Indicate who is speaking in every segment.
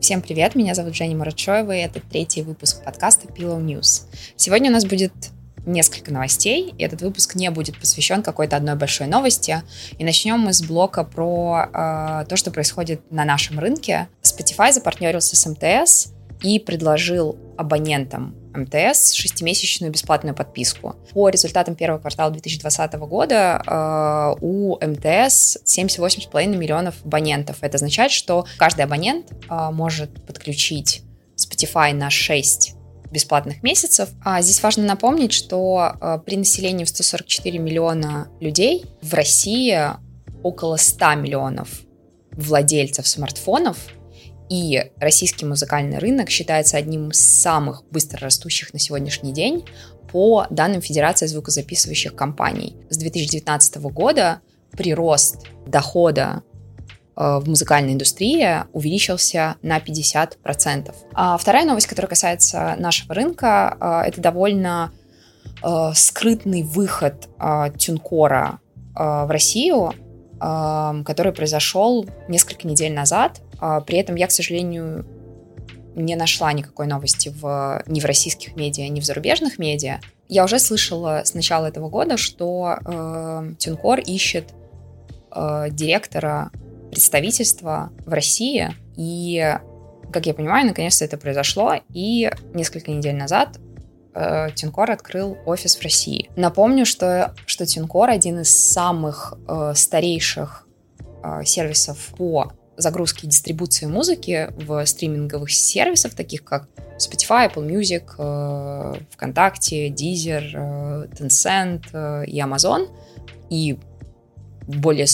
Speaker 1: Всем привет, меня зовут Женя Мурачоева, и это третий выпуск подкаста Pillow News. Сегодня у нас будет несколько новостей, и этот выпуск не будет посвящен какой-то одной большой новости. И начнем мы с блока про то, что происходит на нашем рынке. Spotify запартнерился с МТС и предложил абонентам МТС 6-месячную бесплатную подписку. По результатам первого квартала 2020 года у МТС 78,5 миллионов абонентов. Это означает, что каждый абонент может подключить Spotify на 6 бесплатных месяцев. Здесь важно напомнить, что при населении в 144 миллиона людей в России около 100 миллионов владельцев смартфонов, и российский музыкальный рынок считается одним из самых быстро растущих на сегодняшний день по данным Федерации звукозаписывающих компаний. С 2019 года прирост дохода в музыкальной индустрии увеличился на 50%. Вторая новость, которая касается нашего рынка, это довольно скрытный выход TuneCore в Россию, который произошел несколько недель назад. При этом я, к сожалению, не нашла никакой новости ни в российских медиа, ни в зарубежных медиа. Я уже слышала с начала этого года, что TuneCore ищет директора представительства в России. И, как я понимаю, наконец-то это произошло. И несколько недель назад TuneCore открыл офис в России. Напомню, что TuneCore один из самых старейших сервисов по загрузки и дистрибуции музыки в стриминговых сервисах, таких как Spotify, Apple Music, ВКонтакте, Deezer, Tencent и Amazon, и более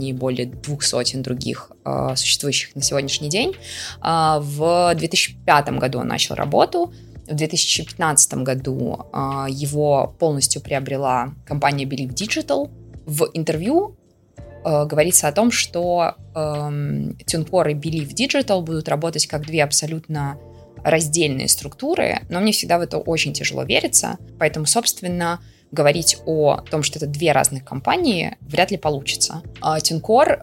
Speaker 1: 200 других существующих на сегодняшний день. В 2005 году он начал работу. В 2015 году его полностью приобрела компания Believe Digital. В интервью говорится о том, что TuneCore и Believe Digital будут работать как две абсолютно раздельные структуры, но мне всегда в это очень тяжело верится, поэтому, собственно, говорить о том, что это две разных компании, вряд ли получится. TuneCore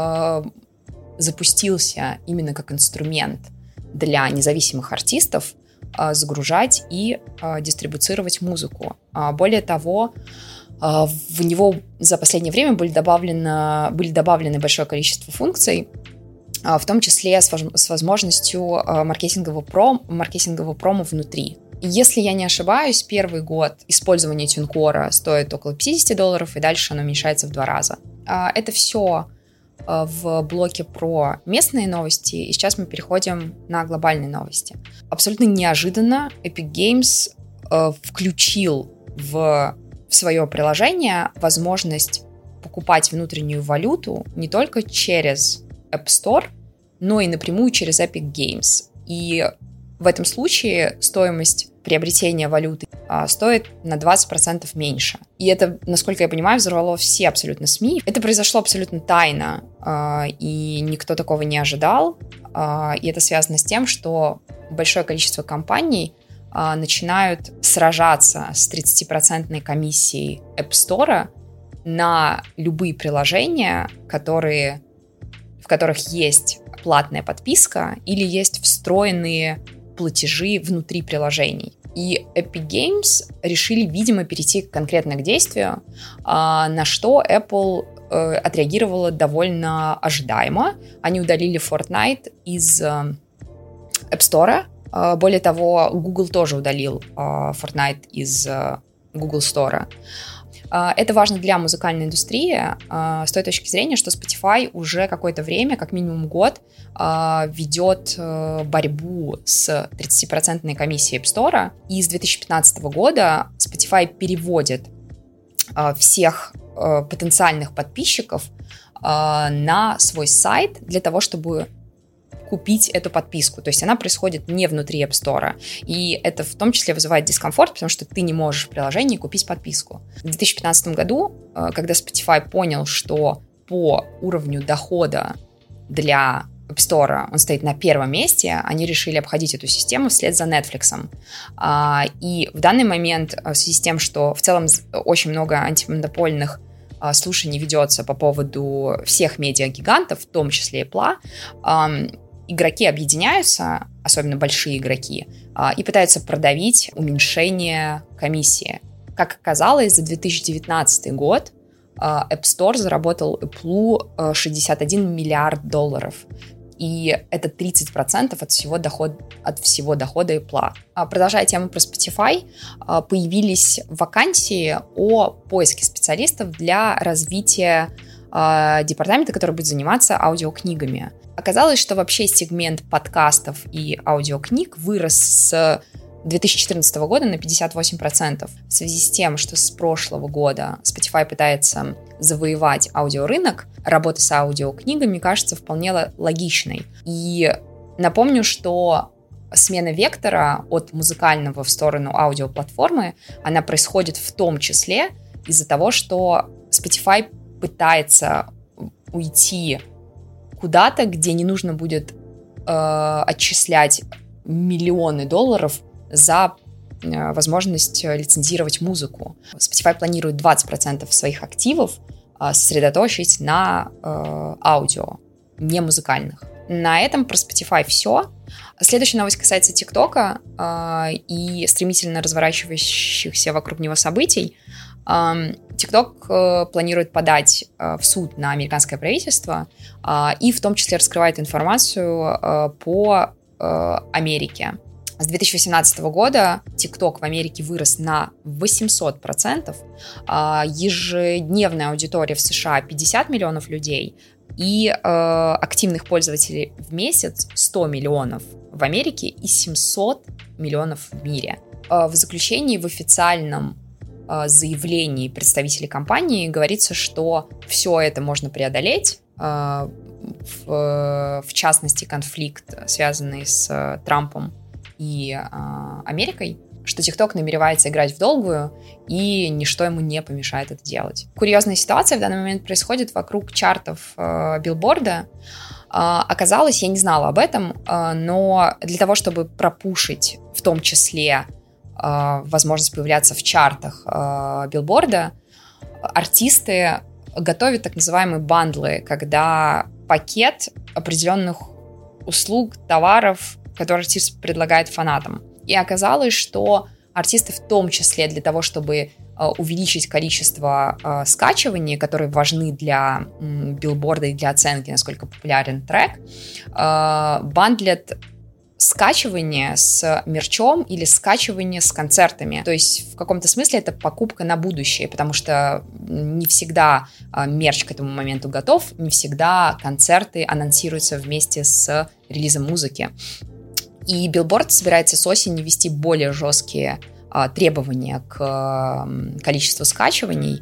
Speaker 1: запустился именно как инструмент для независимых артистов загружать и дистрибуцировать музыку. Более того, в него за последнее время были добавлены большое количество функций, в том числе с возможностью маркетингового промо внутри. Если я не ошибаюсь, первый год использования TuneCore стоит около $50, и дальше оно уменьшается в 2 раза. Это все в блоке про местные новости, и сейчас мы переходим на глобальные новости. Абсолютно неожиданно Epic Games включил в свое приложение возможность покупать внутреннюю валюту не только через App Store, но и напрямую через Epic Games. И в этом случае стоимость приобретения валюты стоит на 20% меньше. И это, насколько я понимаю, взорвало все абсолютно СМИ. Это произошло абсолютно тайно, и никто такого не ожидал. И это связано с тем, что большое количество компаний начинают сражаться с 30% комиссией App Store на любые приложения, в которых есть платная подписка или есть встроенные платежи внутри приложений. И Epic Games решили, видимо, перейти конкретно к действию, на что Apple отреагировала довольно ожидаемо. Они удалили Fortnite из App Store. Более того, Google тоже удалил Fortnite из Google Store. Это важно для музыкальной индустрии с той точки зрения, что Spotify уже какое-то время, как минимум год, ведет борьбу с 30% комиссией App Store. И с 2015 года Spotify переводит всех потенциальных подписчиков на свой сайт для того, чтобы купить эту подписку. То есть она происходит не внутри App Store. И это в том числе вызывает дискомфорт, потому что ты не можешь в приложении купить подписку. В 2015 году, когда Spotify понял, что по уровню дохода для App Store он стоит на первом месте, они решили обходить эту систему вслед за Netflix. И в данный момент, в связи с тем, что в целом очень много антимонопольных слушаний ведется по поводу всех медиагигантов, в том числе Apple, игроки объединяются, особенно большие игроки, и пытаются продавить уменьшение комиссии. Как оказалось, за 2019 год App Store заработал Apple 61 миллиард долларов. И это 30% от всего дохода Apple. Продолжая тему про Spotify, появились вакансии о поиске специалистов для развития департамента, который будет заниматься аудиокнигами. Оказалось, что вообще сегмент подкастов и аудиокниг вырос с 2014 года на 58%. В связи с тем, что с прошлого года Spotify пытается завоевать аудиорынок, работа с аудиокнигами кажется вполне логичной. И напомню, что смена вектора от музыкального в сторону аудиоплатформы, она происходит в том числе из-за того, что Spotify пытается уйти куда-то, где не нужно будет отчислять миллионы долларов за возможность лицензировать музыку. Spotify планирует 20% своих активов сосредоточить на аудио, не музыкальных. На этом про Spotify все. Следующая новость касается ТикТока и стремительно разворачивающихся вокруг него событий. TikTok планирует подать в суд на американское правительство и в том числе раскрывает информацию по Америке. С 2018 года TikTok в Америке вырос на 800%, ежедневная аудитория в США 50 миллионов людей и активных пользователей в месяц 100 миллионов в Америке и 700 миллионов в мире. В заключении в официальном заявлении представителей компании говорится, что все это можно преодолеть, в частности конфликт, связанный с Трампом и Америкой, что TikTok намеревается играть в долгую, и ничто ему не помешает это делать. Курьезная ситуация в данный момент происходит вокруг чартов Билборда. Оказалось, я не знала об этом, но для того, чтобы пропушить в том числе возможность появляться в чартах Билборда, артисты готовят так называемые бандлы, когда пакет определенных услуг, товаров, который артист предлагает фанатам. И оказалось, что артисты в том числе для того, чтобы увеличить количество скачиваний, которые важны для билборда и для оценки, насколько популярен трек, бандлят скачивание с мерчом или скачивание с концертами. То есть в каком-то смысле это покупка на будущее, потому что не всегда мерч к этому моменту готов, не всегда концерты анонсируются вместе с релизом музыки. И Billboard собирается с осени ввести более жесткие требования к количеству скачиваний.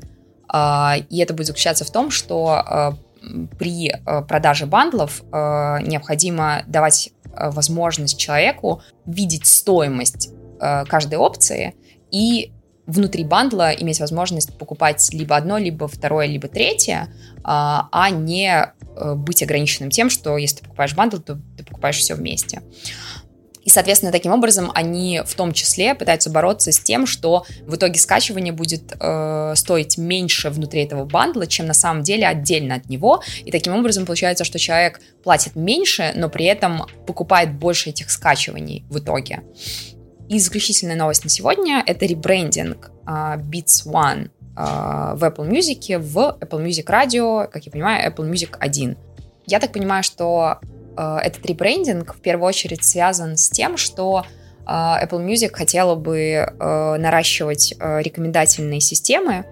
Speaker 1: И это будет заключаться в том, что при продаже бандлов необходимо давать возможность человеку видеть стоимость каждой опции и внутри бандла иметь возможность покупать либо одно, либо второе, либо третье, а не быть ограниченным тем, что если ты покупаешь бандл, то ты покупаешь все вместе. И, соответственно, таким образом они в том числе пытаются бороться с тем, что в итоге скачивание будет стоить меньше внутри этого бандла, чем на самом деле отдельно от него. И таким образом получается, что человек платит меньше, но при этом покупает больше этих скачиваний в итоге. И заключительная новость на сегодня – это ребрендинг Beats One в Apple Music в Apple Music Radio, как я понимаю, Apple Music 1. Я так понимаю, что этот ребрендинг в первую очередь связан с тем, что Apple Music хотела бы наращивать рекомендательные системы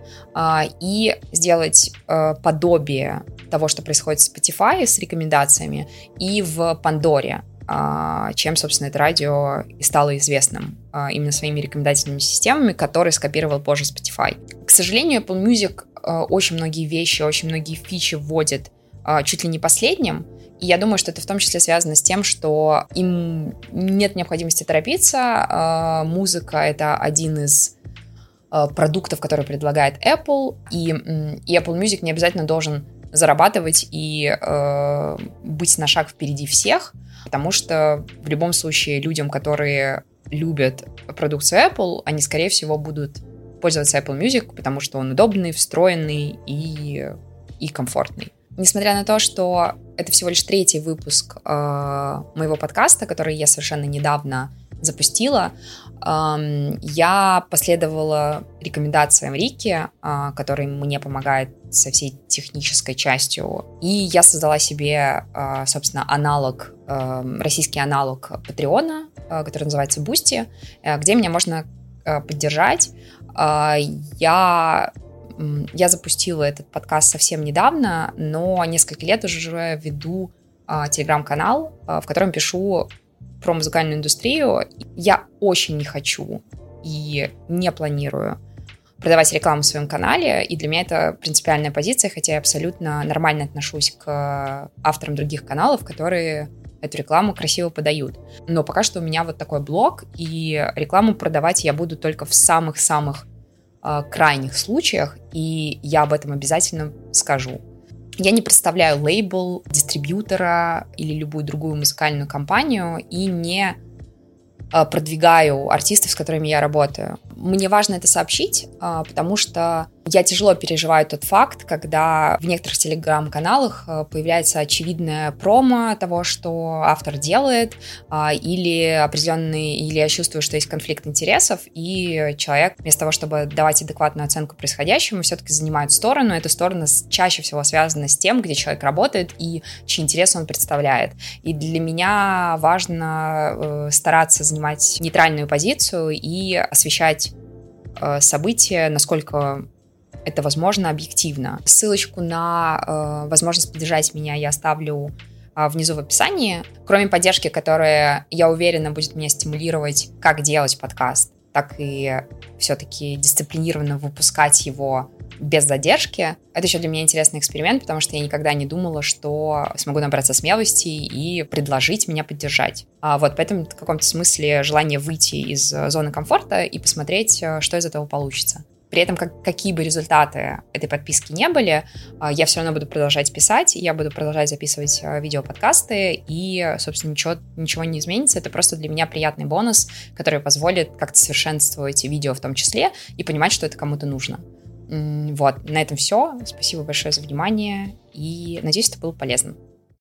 Speaker 1: и сделать подобие того, что происходит в Spotify с рекомендациями, и в Pandora, чем, собственно, это радио и стало известным именно своими рекомендательными системами, которые скопировал позже Spotify. К сожалению, Apple Music очень многие вещи, очень многие фичи вводит чуть ли не последним, и я думаю, что это в том числе связано с тем, что им нет необходимости торопиться. Музыка — это один из продуктов, который предлагает Apple, и Apple Music не обязательно должен зарабатывать и быть на шаг впереди всех, потому что в любом случае людям, которые любят продукцию Apple, они, скорее всего, будут пользоваться Apple Music, потому что он удобный, встроенный и комфортный. Несмотря на то, что это всего лишь 3-й выпуск моего подкаста, который я совершенно недавно запустила, я последовала рекомендациям Рики, который мне помогает со всей технической частью. И я создала себе, собственно, российский аналог Патреона, который называется Boosty, где меня можно поддержать. Я запустила этот подкаст совсем недавно, но несколько лет уже веду телеграм-канал, в котором пишу про музыкальную индустрию. Я очень не хочу и не планирую продавать рекламу в своем канале, и для меня это принципиальная позиция, хотя я абсолютно нормально отношусь к авторам других каналов, которые эту рекламу красиво подают. Но пока что у меня вот такой блог, и рекламу продавать я буду только в самых-самых крайних случаях, и я об этом обязательно скажу. Я не представляю лейбл, дистрибьютора или любую другую музыкальную компанию и не продвигаю артистов, с которыми я работаю. Мне важно это сообщить, потому что я тяжело переживаю тот факт, когда в некоторых телеграм-каналах появляется очевидная промо того, что автор делает, или я чувствую, что есть конфликт интересов, и человек вместо того, чтобы давать адекватную оценку происходящему, все-таки занимает сторону. Эта сторона чаще всего связана с тем, где человек работает и чьи интересы он представляет. И для меня важно стараться занимать нейтральную позицию и освещать события, насколько это возможно объективно. Ссылочку на возможность поддержать меня я оставлю внизу в описании. Кроме поддержки, которая, я уверена, будет меня стимулировать, как делать подкаст, так и все-таки дисциплинированно выпускать его без задержки. Это еще для меня интересный эксперимент, потому что я никогда не думала, что смогу набраться смелости и предложить меня поддержать. Поэтому в каком-то смысле желание выйти из зоны комфорта и посмотреть, что из этого получится. При этом, какие бы результаты этой подписки не были, я все равно буду продолжать писать, я буду продолжать записывать видеоподкасты, и, собственно, ничего не изменится. Это просто для меня приятный бонус, который позволит как-то совершенствовать видео в том числе и понимать, что это кому-то нужно. На этом все. Спасибо большое за внимание, и надеюсь, это было полезным.